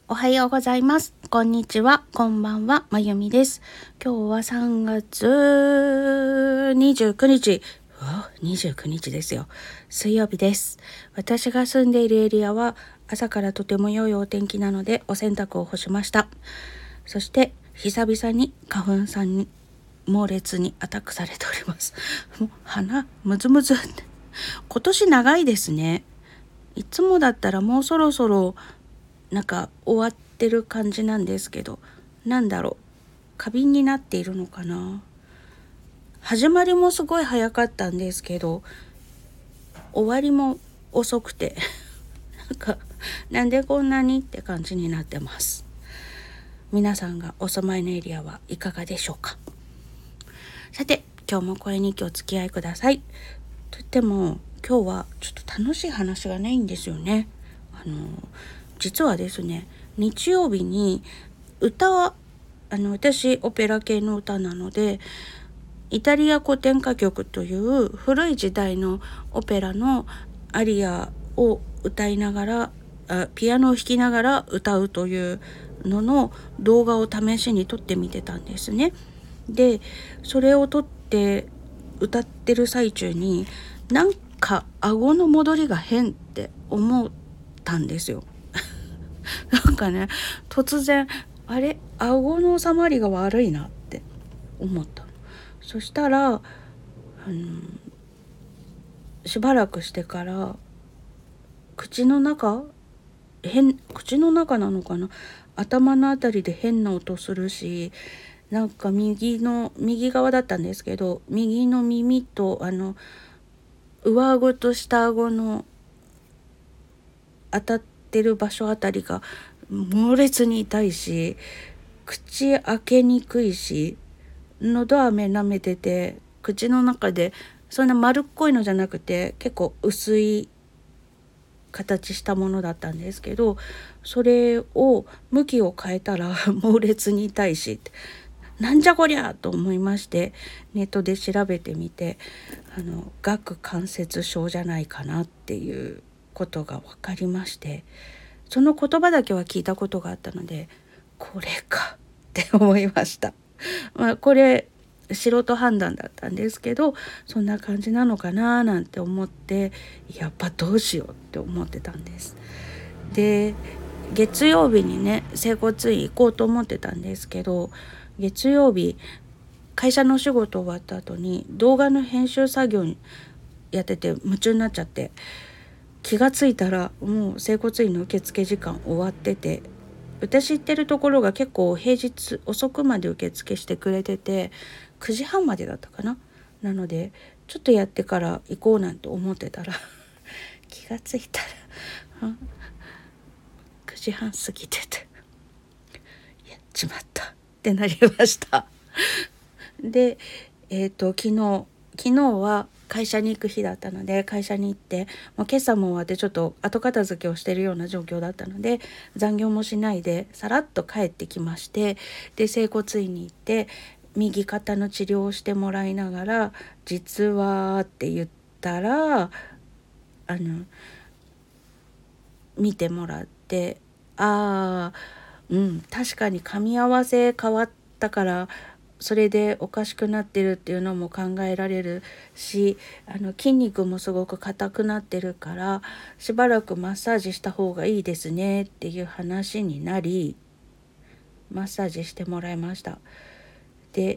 おはようございます。こんにちは。こんばんは。まゆみです。今日は3月29日。29日ですよ。水曜日です。私が住んでいるエリアは朝からとても良いお天気なのでお洗濯を干しました。そして久々に花粉さんに猛烈にアタックされております。もう鼻ムズムズって。今年長いですね。いつもだったらもうそろそろなんか終わってる感じなんですけど、なんだろう、過敏になっているのかな。始まりもすごい早かったんですけど、終わりも遅くてなんでこんなにって感じになってます。皆さんがお住まいのエリアはいかがでしょうか。さて、今日も声にお付き合いください。といっても今日はちょっと楽しい話がないんですよね。実はですね、日曜日に私オペラ系の歌なので、イタリア古典歌曲という古い時代のオペラのアリアを歌いながらピアノを弾きながら歌うというのの動画を試しに撮ってみてたんですね。でそれを撮って歌ってる最中になんか顎の戻りが変って思ったんですよ。なんかね、突然顎の収まりが悪いなって思ったの。そしたらしばらくしてから口の中なのかな、頭のあたりで変な音するし、なんか右側だったんですけど、右の耳と上顎と下顎の当たってる場所あたりが猛烈に痛いし、口開けにくいし、喉飴舐めてて口の中でそんな丸っこいのじゃなくて結構薄い形したものだったんですけど、それを向きを変えたら猛烈に痛いし、なんじゃこりゃと思いまして、ネットで調べてみて顎関節症じゃないかなっていうことが分かりまして、その言葉だけは聞いたことがあったので、これかって思いました。これ素人判断だったんですけど、そんな感じなのかななんて思って、やっぱどうしようって思ってたんです。で月曜日にね、整骨院行こうと思ってたんですけど、月曜日会社の仕事終わった後に動画の編集作業やってて夢中になっちゃって、気がついたらもう整骨院の受付時間終わってて、私行ってるところが結構平日遅くまで受付してくれてて、9時半までだったかな。なのでちょっとやってから行こうなんて思ってたら気がついたら9時半過ぎてて、やっちまったってなりましたで昨日は会社に行く日だったので、会社に行ってもう今朝も終わってちょっと後片付けをしているような状況だったので、残業もしないでさらっと帰ってきまして、で整骨院に行って右肩の治療をしてもらいながら、実はって言ったら見てもらって、確かに噛み合わせ変わったからそれでおかしくなってるっていうのも考えられるし、筋肉もすごく硬くなってるからしばらくマッサージした方がいいですねっていう話になり、マッサージしてもらいました。で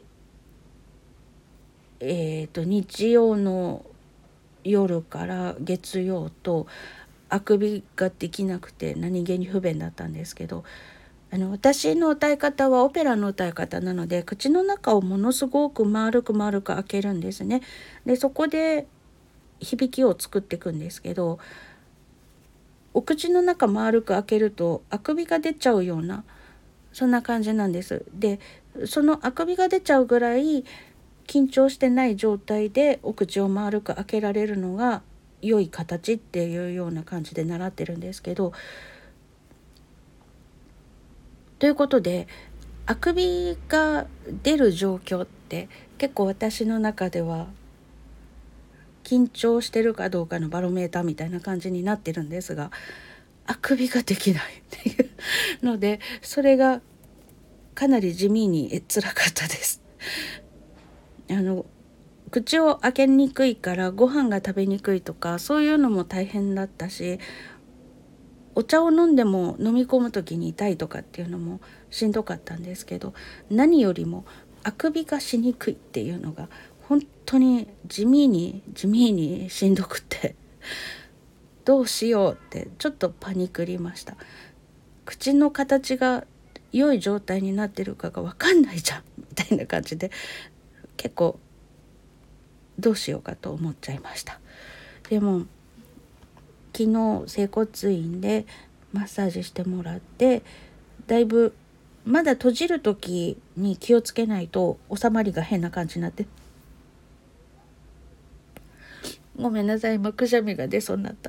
日曜の夜から月曜とあくびができなくて何気に不便だったんですけど、私の歌い方はオペラの歌い方なので、口の中をものすごく丸く開けるんですね。でそこで響きを作っていくんですけど、お口の中丸く開けるとあくびが出ちゃうような、そんな感じなんです。でそのあくびが出ちゃうぐらい緊張してない状態でお口を丸く開けられるのが良い形っていうような感じで習ってるんですけど、ということであくびが出る状況って結構私の中では緊張してるかどうかのバロメーターみたいな感じになってるんですが、あくびができないっていうのでそれがかなり地味に辛かったです。口を開けにくいからご飯が食べにくいとかそういうのも大変だったし、お茶を飲んでも飲み込む時に痛いとかっていうのもしんどかったんですけど、何よりもあくびがしにくいっていうのが本当に地味にしんどくて、どうしようってちょっとパニクりました。口の形が良い状態になってるかが分かんないじゃんみたいな感じで、結構どうしようかと思っちゃいました。でも昨日整骨院でマッサージしてもらって、だいぶまだ閉じる時に気をつけないと収まりが変な感じになって、ごめんなさい、今くしゃみが出そうになった。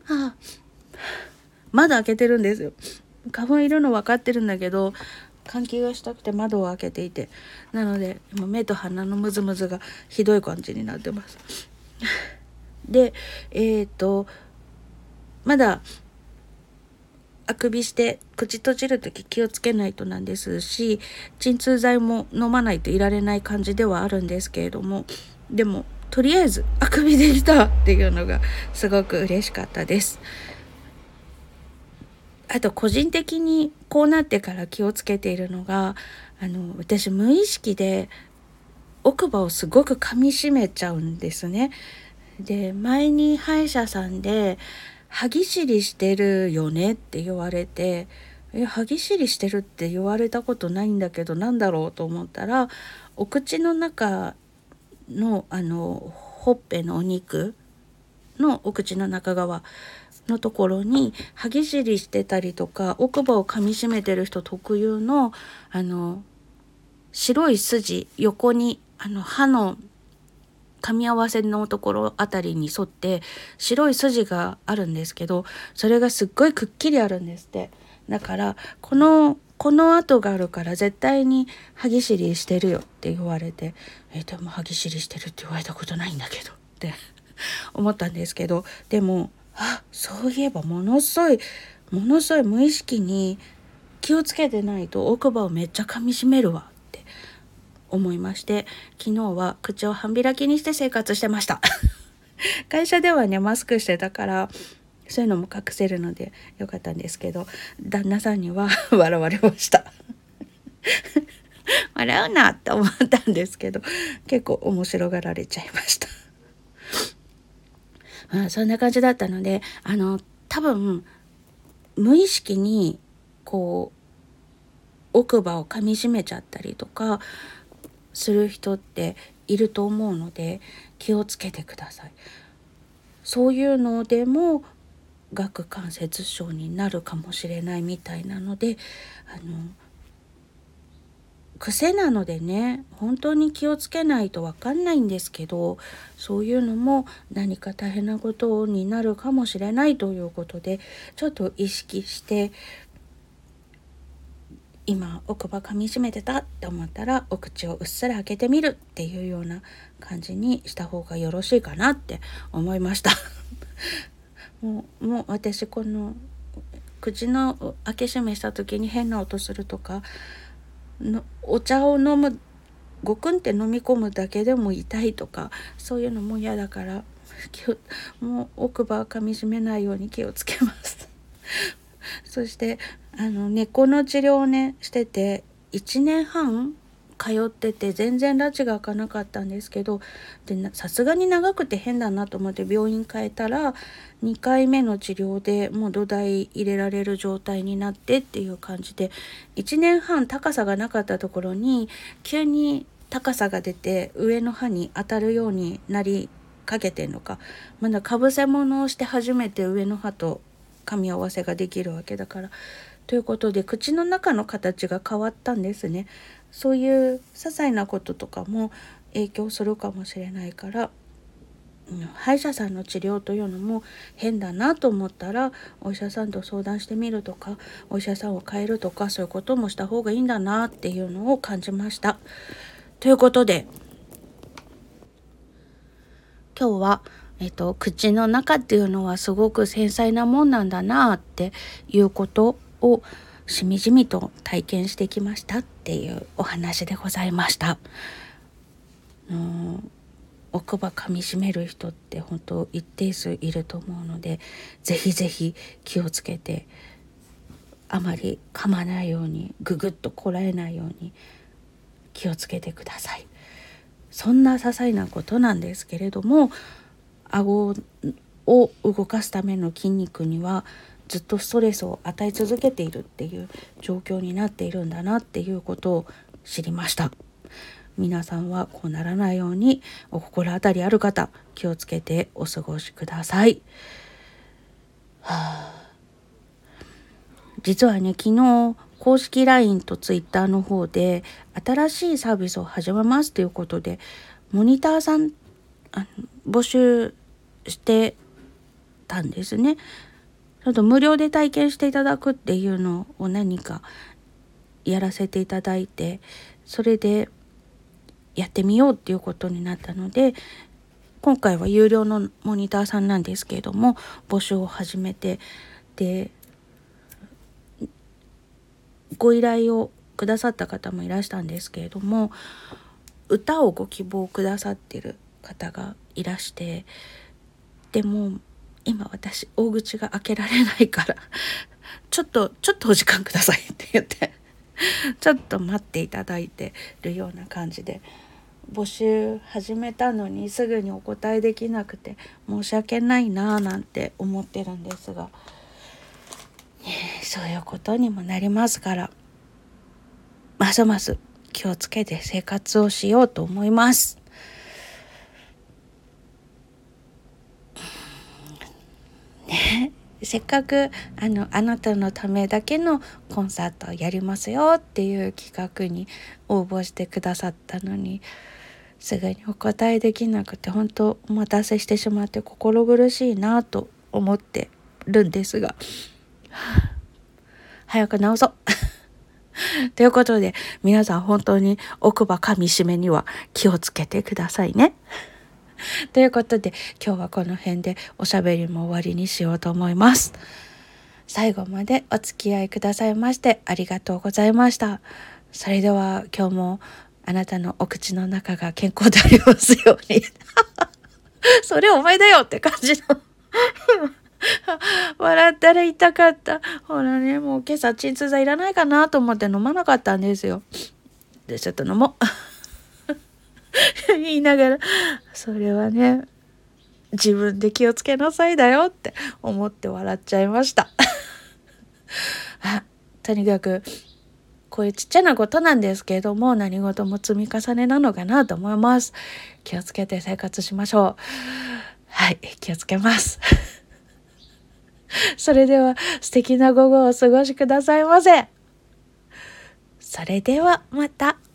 窓開けてるんですよ。花粉いるの分かってるんだけど換気がしたくて窓を開けていて、なので今目と鼻のムズムズがひどい感じになってます。でまだあくびして口閉じるとき気をつけないとなんですし、鎮痛剤も飲まないといられない感じではあるんですけれども、でもとりあえずあくびできたっていうのがすごく嬉しかったです。あと個人的にこうなってから気をつけているのが、私無意識で奥歯をすごく噛みしめちゃうんですね。で前に歯医者さんで歯ぎしりしてるよねって言われて、歯ぎしりしてるって言われたことないんだけどなんだろうと思ったら、お口の中のほっぺのお肉のお口の中側のところに歯ぎしりしてたりとか奥歯を噛みしめてる人特有の白い筋、横に歯の噛み合わせのところあたりに沿って白い筋があるんですけど、それがすっごいくっきりあるんですって。だからこの跡があるから絶対に歯ぎしりしてるよって言われて、でも歯ぎしりしてるって言われたことないんだけどって思ったんですけど、でもそういえばものすごい無意識に気をつけてないと奥歯をめっちゃ噛みしめるわって思いまして、昨日は口を半開きにして生活してました会社ではねマスクしてたからそういうのも隠せるのでよかったんですけど、旦那さんには笑われました笑うなって思ったんですけど、結構面白がられちゃいましたそんな感じだったので、多分無意識にこう奥歯を噛みしめちゃったりとかする人っていると思うので気をつけてください。そういうのでも顎関節症になるかもしれないみたいなので、癖なのでね本当に気をつけないと分かんないんですけど、そういうのも何か大変なことになるかもしれないということでちょっと意識して、今奥歯噛みしめてたって思ったらお口をうっすら開けてみるっていうような感じにした方がよろしいかなって思いましたもう私この口の開け閉めした時に変な音するとかのお茶を飲むごくんって飲み込むだけでも痛いとかそういうのも嫌だからもう奥歯噛みしめないように気をつけますそして根っこの治療をねしてて1年半通ってて全然拉致が開かなかったんですけど、でさすがに長くて変だなと思って病院変えたら2回目の治療でもう土台入れられる状態になってっていう感じで、1年半高さがなかったところに急に高さが出て上の歯に当たるようになりかけてんのか、まだかぶせ物をして初めて上の歯と噛み合わせができるわけだから、ということで口の中の形が変わったんですね。そういう些細なこととかも影響するかもしれないから、歯医者さんの治療というのも変だなと思ったらお医者さんと相談してみるとかお医者さんを変えるとかそういうこともした方がいいんだなっていうのを感じました。ということで今日は口の中っていうのはすごく繊細なもんなんだなっていうことをしみじみと体験してきましたっていうお話でございました。奥歯噛みしめる人って本当一定数いると思うので、ぜひぜひ気をつけて、あまり噛まないように、ぐぐっとこらえないように気をつけてください。そんな些細なことなんですけれども、顎を動かすための筋肉にはずっとストレスを与え続けているっていう状況になっているんだなっていうことを知りました。皆さんはこうならないようにお心当たりある方、気をつけてお過ごしください。実はね、昨日公式 LINE と Twitter の方で新しいサービスを始めますということで、モニターさん募集してたんですね。ちょっと無料で体験していただくっていうのを何かやらせていただいて、それでやってみようっていうことになったので、今回は有料のモニターさんなんですけれども募集を始めて、でご依頼をくださった方もいらしたんですけれども、歌をご希望くださってる方がいらして、でも今私大口が開けられないからちょっとお時間くださいって言ってちょっと待っていただいてるような感じで、募集始めたのにすぐにお答えできなくて申し訳ないなぁなんて思ってるんですが、そういうことにもなりますから、ますます気をつけて生活をしようと思います。ね、せっかくあなたのためだけのコンサートをやりますよっていう企画に応募してくださったのに、すぐにお答えできなくて本当お待たせしてしまって心苦しいなと思ってるんですが、早く治そうということで、皆さん本当に奥歯噛みしめには気をつけてくださいね。ということで今日はこの辺でおしゃべりも終わりにしようと思います。最後までお付き合いくださいましてありがとうございました。それでは今日もあなたのお口の中が健康でありますようにそれお前だよって感じの笑ったら痛かった。ほらね、もう今朝鎮痛剤いらないかなと思って飲まなかったんですよ。でちょっと飲もう言いながら、それはね自分で気をつけなさいだよって思って笑っちゃいましたとにかくこういうちっちゃなことなんですけれども、何事も積み重ねなのかなと思います。気をつけて生活しましょう。はい、気をつけますそれでは素敵な午後をお過ごしくださいませ。それではまた。